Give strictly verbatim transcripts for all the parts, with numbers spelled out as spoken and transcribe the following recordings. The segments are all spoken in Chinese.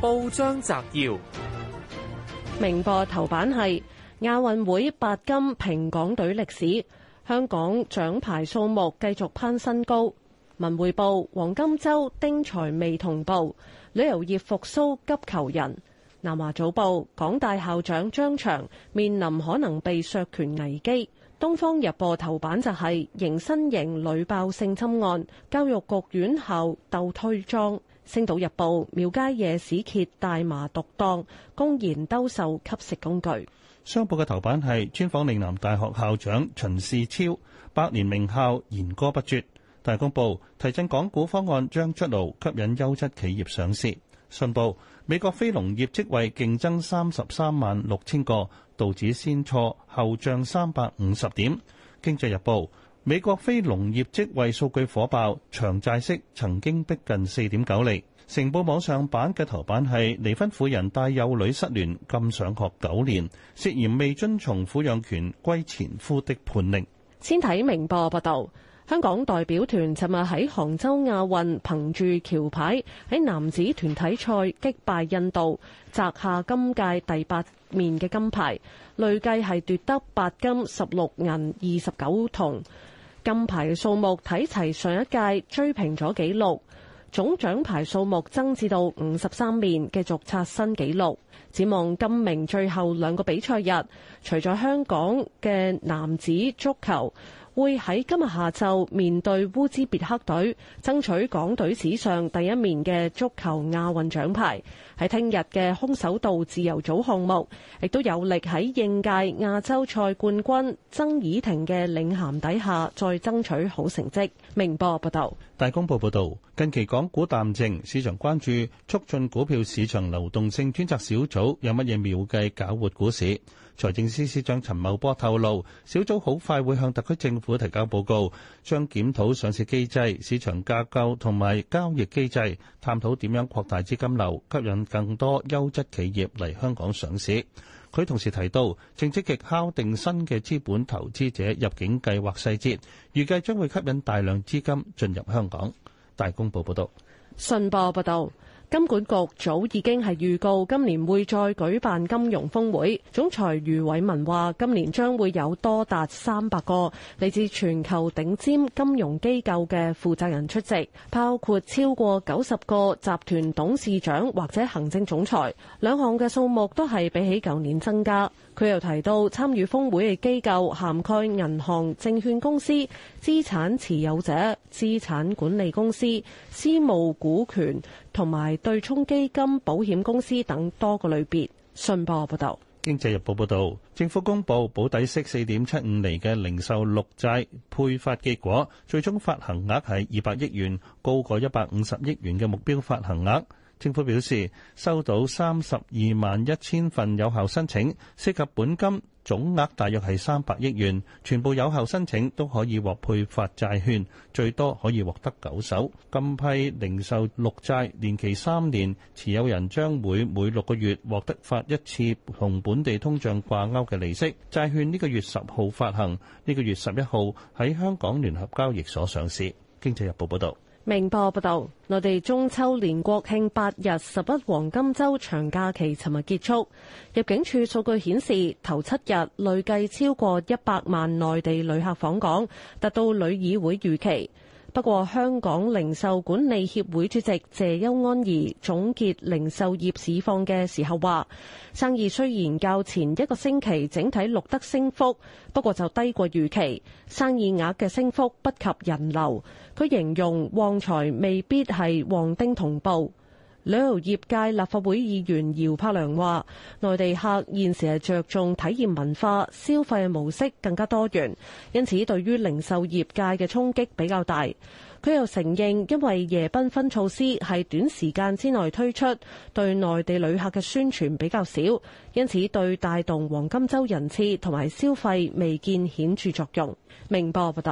報章摘要： 明報頭版係亞運會八金平港隊歷史，香港獎牌數目繼續攀新高。文匯報黃金週丁財未同步，旅遊業復甦急求人。南華早報港大校長張翔面臨可能被削權危機。東方日報頭版就係迎新營屢爆性侵案，教育局院校鬥推裝。星島日報廟街夜市揭大麻毒檔，公然兜售吸食工具。 商報嘅頭版係專訪嶺南大學校長秦士超，百年名校言歌不絕。大公報提振港股方案將出爐，吸引優質企業上市。信報美國非農業職位競爭三十三萬六千個，道指先挫後漲三百五十點。經濟日報美國非農業職位數據火爆，長債息曾經逼近四點九厘。成報網上版嘅頭版係離婚婦人帶幼女失聯，禁上學九年，涉嫌未遵從撫養權歸前夫的判令。 先睇明報報道。香港代表團尋日喺杭州亞運憑住橋牌喺男子團體賽擊敗印度，摘下今屆第八面嘅金牌，累計係奪得八金十六銀二十九銅，金牌嘅數目睇齊上一屆追平咗紀錄，總獎牌數目增至到五十三面，繼續刷新紀錄。展望今明最後兩個比賽日，除咗香港嘅男子足球會喺今日下晝面對烏茲別克隊，爭取港隊史上第一面嘅足球亞運獎牌。喺聽日嘅空手道自由組項目，亦都有力喺應屆亞洲賽冠軍曾以婷嘅領銜底下，再爭取好成績。明報報道。 大公報報導，近期港股淡靜，市場關注促進股票市場流動性專責小組有乜嘢妙計搞活股市。財政司司長陳茂波透露，小組好快會向特區政府提交報告，將檢討上市機制、市場架構同埋交易機制，探討點樣擴大資金流，吸引更多優質企業嚟香港上市。佢同時提到，正積極敲定新嘅資本投資者入境計劃細節，預計將會吸引大量資金進入香港。大公報報道。 信報報道。金管局早已經係預告今年會再舉辦金融峰會，總裁余偉文話今年將會有多達三百個嚟自全球頂尖金融機構嘅負責人出席，包括超過九十個集團董事長或者行政總裁，兩項嘅數目都係比起舊年增加。佢又提到參與峰會嘅機構涵蓋銀行、證券公司、資產持有者、資產管理公司、私募股權同埋對沖基金、保險公司等多個類別。信報報道。 經濟日報報導，政府公布保底息四點七五厘嘅零售綠債配發結果，最終發行額係二百億元，高過一百五十億元嘅目標發行額。政府表示收到三十二萬一千份有效申請，涉及本金總額大約係三百億元，全部有效申請都可以獲配發債券，最多可以獲得九手。今批零售綠債年期三年，持有人將會每六個月獲得發一次同本地通脹掛鈎嘅利息。債券呢個月十號發行，呢個月十一號喺香港聯合交易所上市。經濟日報報導。 明報報道，內地中秋連國慶八日十一黃金週長假期尋日結束。入境處數據顯示，頭七日累計超過一百萬內地旅客訪港，達到旅議會預期。不過，香港零售管理協會主席謝邱安儀總結零售業市況嘅時候話，生意雖然較前一個星期整體錄得升幅，不過就低過預期，生意額嘅升幅不及人流。佢形容旺財未必係旺丁同步。旅遊業界立法會議員姚柏良話，內地客現時係着重體驗文化，消費模式更加多元，因此對於零售業界嘅衝擊比較大。佢又承認，因為夜繽紛措施係短時間之內推出，對內地旅客嘅宣傳比較少，因此對帶動黃金週人次同埋消費未見顯著作用。明報報道。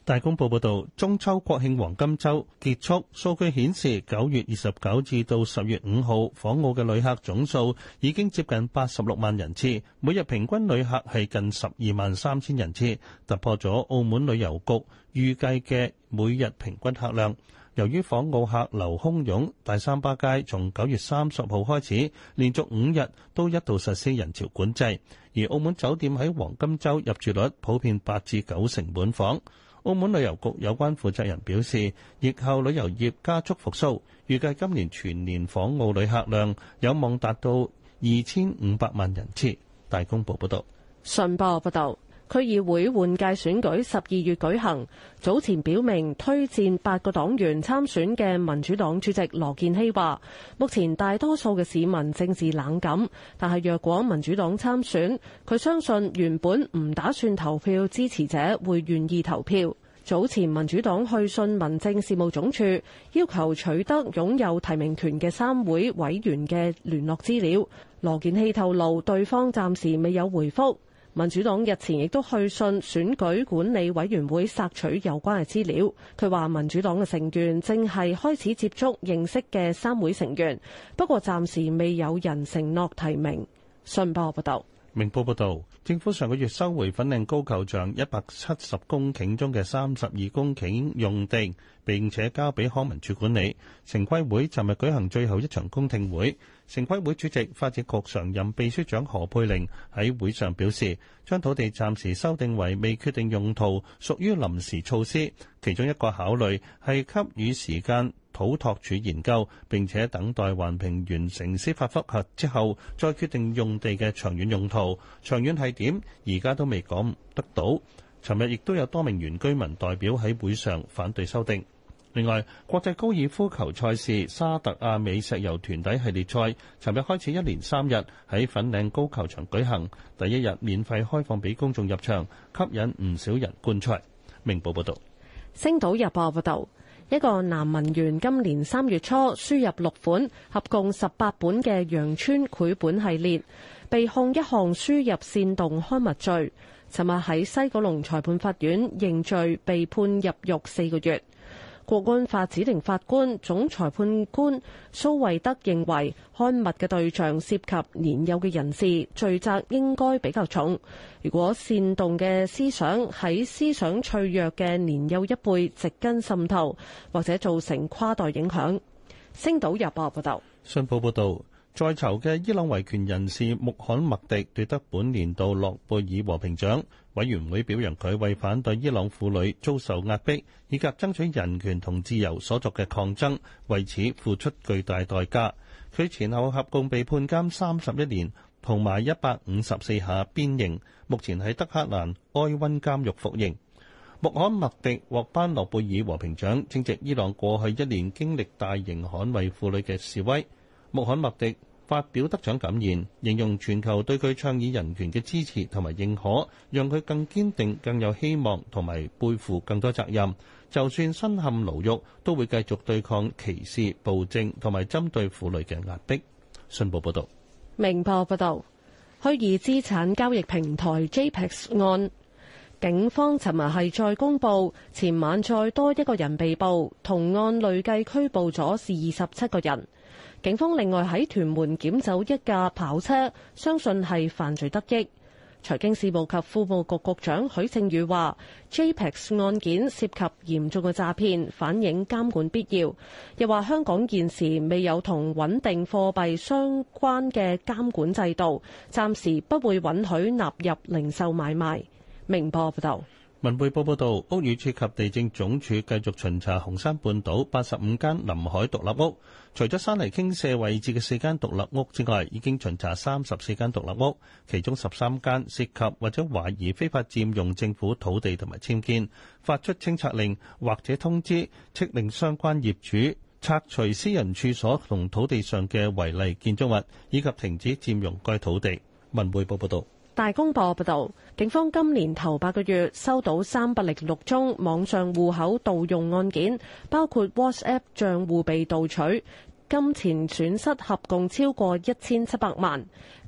大公報報導，中秋國慶黃金週結束，數據顯示九月二十九至到十月五號訪澳嘅旅客總數已經接近八十六萬人次，每日平均旅客係近十二萬三千人次，突破咗澳門旅遊局預計嘅每日平均客量。由於訪澳客流洶湧，大三巴街從九月三十號開始，連續五日都一度實施人潮管制，而澳門酒店喺黃金週入住率普遍八至九成滿房。澳門旅遊局有關負責人表示，疫後旅遊業加速復甦，預計今年全年訪澳旅客量有望達到二千五百萬人次。大公報報道。 信報報道，區議會換屆選舉十二月舉行，早前表明推薦八個黨員參選嘅民主黨主席羅健熙話，目前大多數嘅市民政治冷感，但係若果民主黨參選，佢相信原本唔打算投票支持者會願意投票。早前民主黨去信民政事務總署，要求取得擁有提名權嘅三會委員嘅聯絡資料，羅健熙透露對方暫時未有回覆。民主黨日前亦都去信選舉管理委員會索取有關嘅資料。佢話民主黨嘅成員正係開始接觸認識嘅三會成員，不過暫時未有人承諾提名。信報報道。 明報報導，政府上個月收回粉嶺高球場一百七十公頃中嘅三十二公頃用地，並且交俾康文署管理。城規會尋日舉行最後一場公聽會，城規會主席發展局常任秘書長何佩玲喺會上表示，將土地暫時修訂為未決定用途，屬於臨時措施，其中一個考慮係給予時間土拓署研究，並且等待環評完成司法覆核之後，再決定用地嘅長遠用途。長遠係點，而家都未講得到。尋日亦都有多名原居民代表喺會上反對修訂。另外，國際高爾夫球賽事沙特阿美石油團體系列賽，尋日開始一連三日喺粉嶺高球場舉行，第一日免費開放俾公眾入場，吸引唔少人觀賽。明報報道。 星島日報報道。一個男文員今年三月初輸入六款合共十八本嘅羊村繪本系列，被控一項輸入煽動刊物罪。尋日喺西九龍裁判法院認罪，被判入獄四個月。國安法指定法官總裁判官蘇惠德認為，刊物嘅對象涉及年幼嘅人士，罪責應該比較重。如果煽動嘅思想喺思想脆弱嘅年幼一輩植根滲透，或者造成跨代影響。星島日報報道。 信報報導。在囚嘅伊朗維權人士穆罕默迪奪得本年度諾貝爾和平獎，委員會表揚佢為反對伊朗婦女遭受壓迫以及爭取人權同自由所作嘅抗爭，為此付出巨大代價。佢前後合共被判監三十一年，同埋一百五十四下鞭刑，目前喺德黑蘭埃溫監獄服刑。穆罕默迪獲頒諾貝爾和平獎，正值伊朗過去一年經歷大型捍衛婦女嘅示威。穆罕默迪發表得獎感言，形容全球對佢倡議人權嘅支持同埋認可，讓佢更堅定、更有希望同埋背負更多責任。就算身陷牢獄，都會繼續對抗歧視、暴政同埋針對婦女嘅壓迫。信報報道。 明報報道，虛擬資產交易平台 J P E X 案，警方尋日係再公佈，前晚再多一個人被捕，同案累計拘捕咗是二十七個人。警方另外喺屯門檢走一架跑車，相信係犯罪得益。財經事務及庫務局局長許正宇話 J P E X 案件涉及嚴重嘅詐騙，反映監管必要。又話香港現時未有同穩定貨幣相關嘅監管制度，暫時不會允許納入零售買賣。明報報道。 文匯報報道，屋宇署及地政總署繼續巡查紅山半島八十五間臨海獨立屋，除咗山泥傾瀉位置嘅四間獨立屋之外，已經巡查三十四間獨立屋，其中十三間涉及或者懷疑非法佔用政府土地同埋僭建，發出清拆令或者通知，飭令相關業主拆除私人處所同土地上嘅違例建築物，以及停止佔用該土地。文匯報報道。 大公報報導，警方今年頭八個月收到三百零六宗網上戶口盜用案件，包括 WhatsApp 賬戶被盜取，金錢損失合共超過一千七百萬。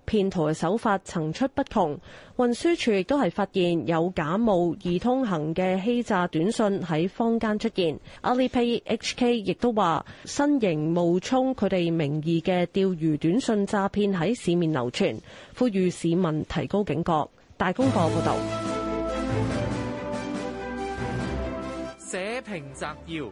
騙徒嘅手法層出不窮。運輸署亦都係發現有假冒易通行嘅欺詐短信喺坊間出現。Alipay H K 亦都話新型冒充佢哋名義嘅釣魚短信詐騙喺市面流傳，呼籲市民提高警覺。大公報報道。 社評摘要。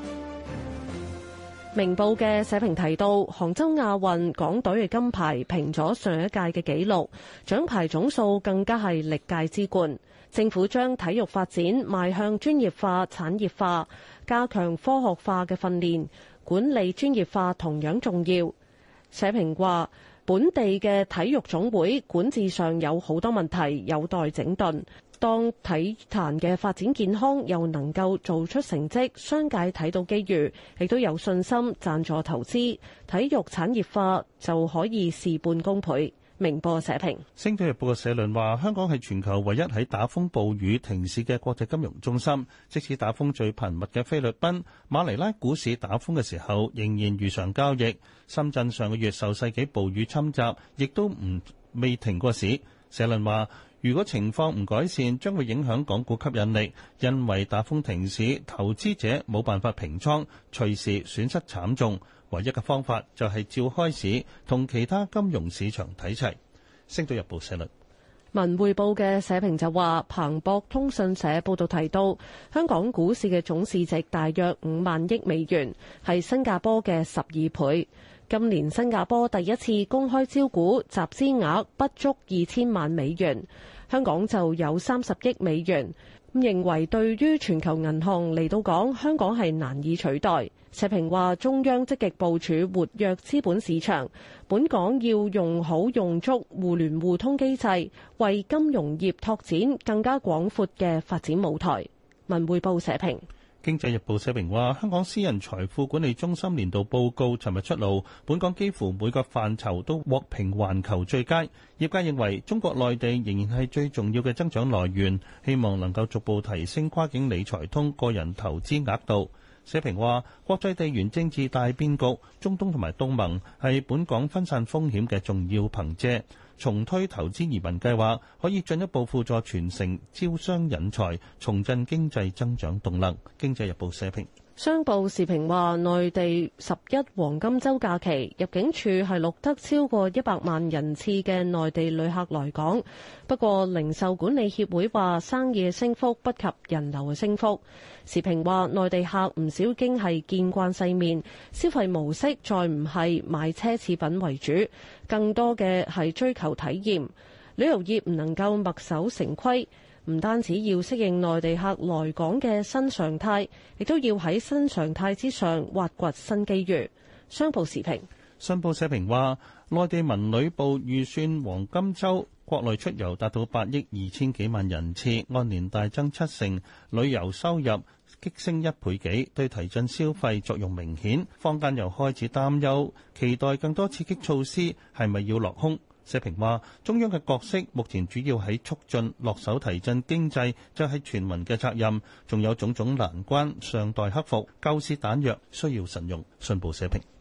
明報嘅社評提到，杭州亞運港隊嘅金牌平咗上一屆嘅紀錄，獎牌總數更加係歷屆之冠。政府將體育發展邁向專業化、產業化，加強科學化嘅訓練，管理專業化同樣重要。社評話，本地嘅體育總會管治上有好多問題有待整頓。當體壇嘅發展健康，又能夠做出成績，商界睇到機遇，亦都有信心贊助投資，體育產業化就可以事半功倍。明報社評。 星島日報嘅社論話，香港係全球唯一喺打風暴雨停市嘅國際金融中心，即使打風最頻密嘅菲律賓、馬尼拉股市打風嘅時候，仍然如常交易。深圳上個月受世紀暴雨侵襲，亦都唔未停過市。社論話，如果情況唔改善，將會影響港股吸引力，因為打風停市，投資者冇辦法平倉，隨時損失慘重。唯一嘅方法就係召開市，同其他金融市場睇齊。星島日報社論。 文匯報嘅社評就話，彭博通訊社報道提到，香港股市嘅總市值大約五萬億美元，係新加坡嘅十二倍。今年新加坡第一次公開招股，集資額不足二千萬美元，香港就有三十億美元。認為對於全球銀行嚟到講，香港係難以取代。社評話，中央積極部署活躍資本市場，本港要用好用足互聯互通機制，為金融業拓展更加廣闊嘅發展舞台。文匯報社評。 經濟日報社評話，香港私人財富管理中心年度報告尋日出爐，本港幾乎每個範疇都獲評環球最佳。業界認為中國內地仍然係最重要嘅增長來源，希望能夠逐步提升跨境理財通個人投資額度。社評話，國際地緣政治大變局，中東同埋東盟係本港分散風險嘅重要憑藉。重推投資移民計劃，可以進一步輔助傳承招商引才，重振經濟增長動能。經濟日報社評。 商報時評話，內地十一黃金週假期，入境處係錄得超過一百萬人次嘅內地旅客來港。不過，零售管理協會話，生意嘅升幅不及人流嘅升幅。時評話，內地客唔少已經係見慣世面，消費模式再唔係買奢侈品為主，更多嘅係追求體驗。旅遊業唔能夠墨守成規。唔單止要適應內地客來港嘅新常態，亦都要喺新常態之上挖掘新機遇。商報時評。 信報社評話，內地文旅部預算黃金週國內出遊達到八億二千幾萬人次，按年大增七成，旅遊收入激升一倍幾，對提振消費作用明顯。坊間又開始擔憂，期待更多刺激措施係咪要落空？社評話，中央嘅角色目前主要喺促進落手提振經濟，就係全民嘅責任，仲有種種難關尚待克服，救市彈藥需要慎用。信報社評。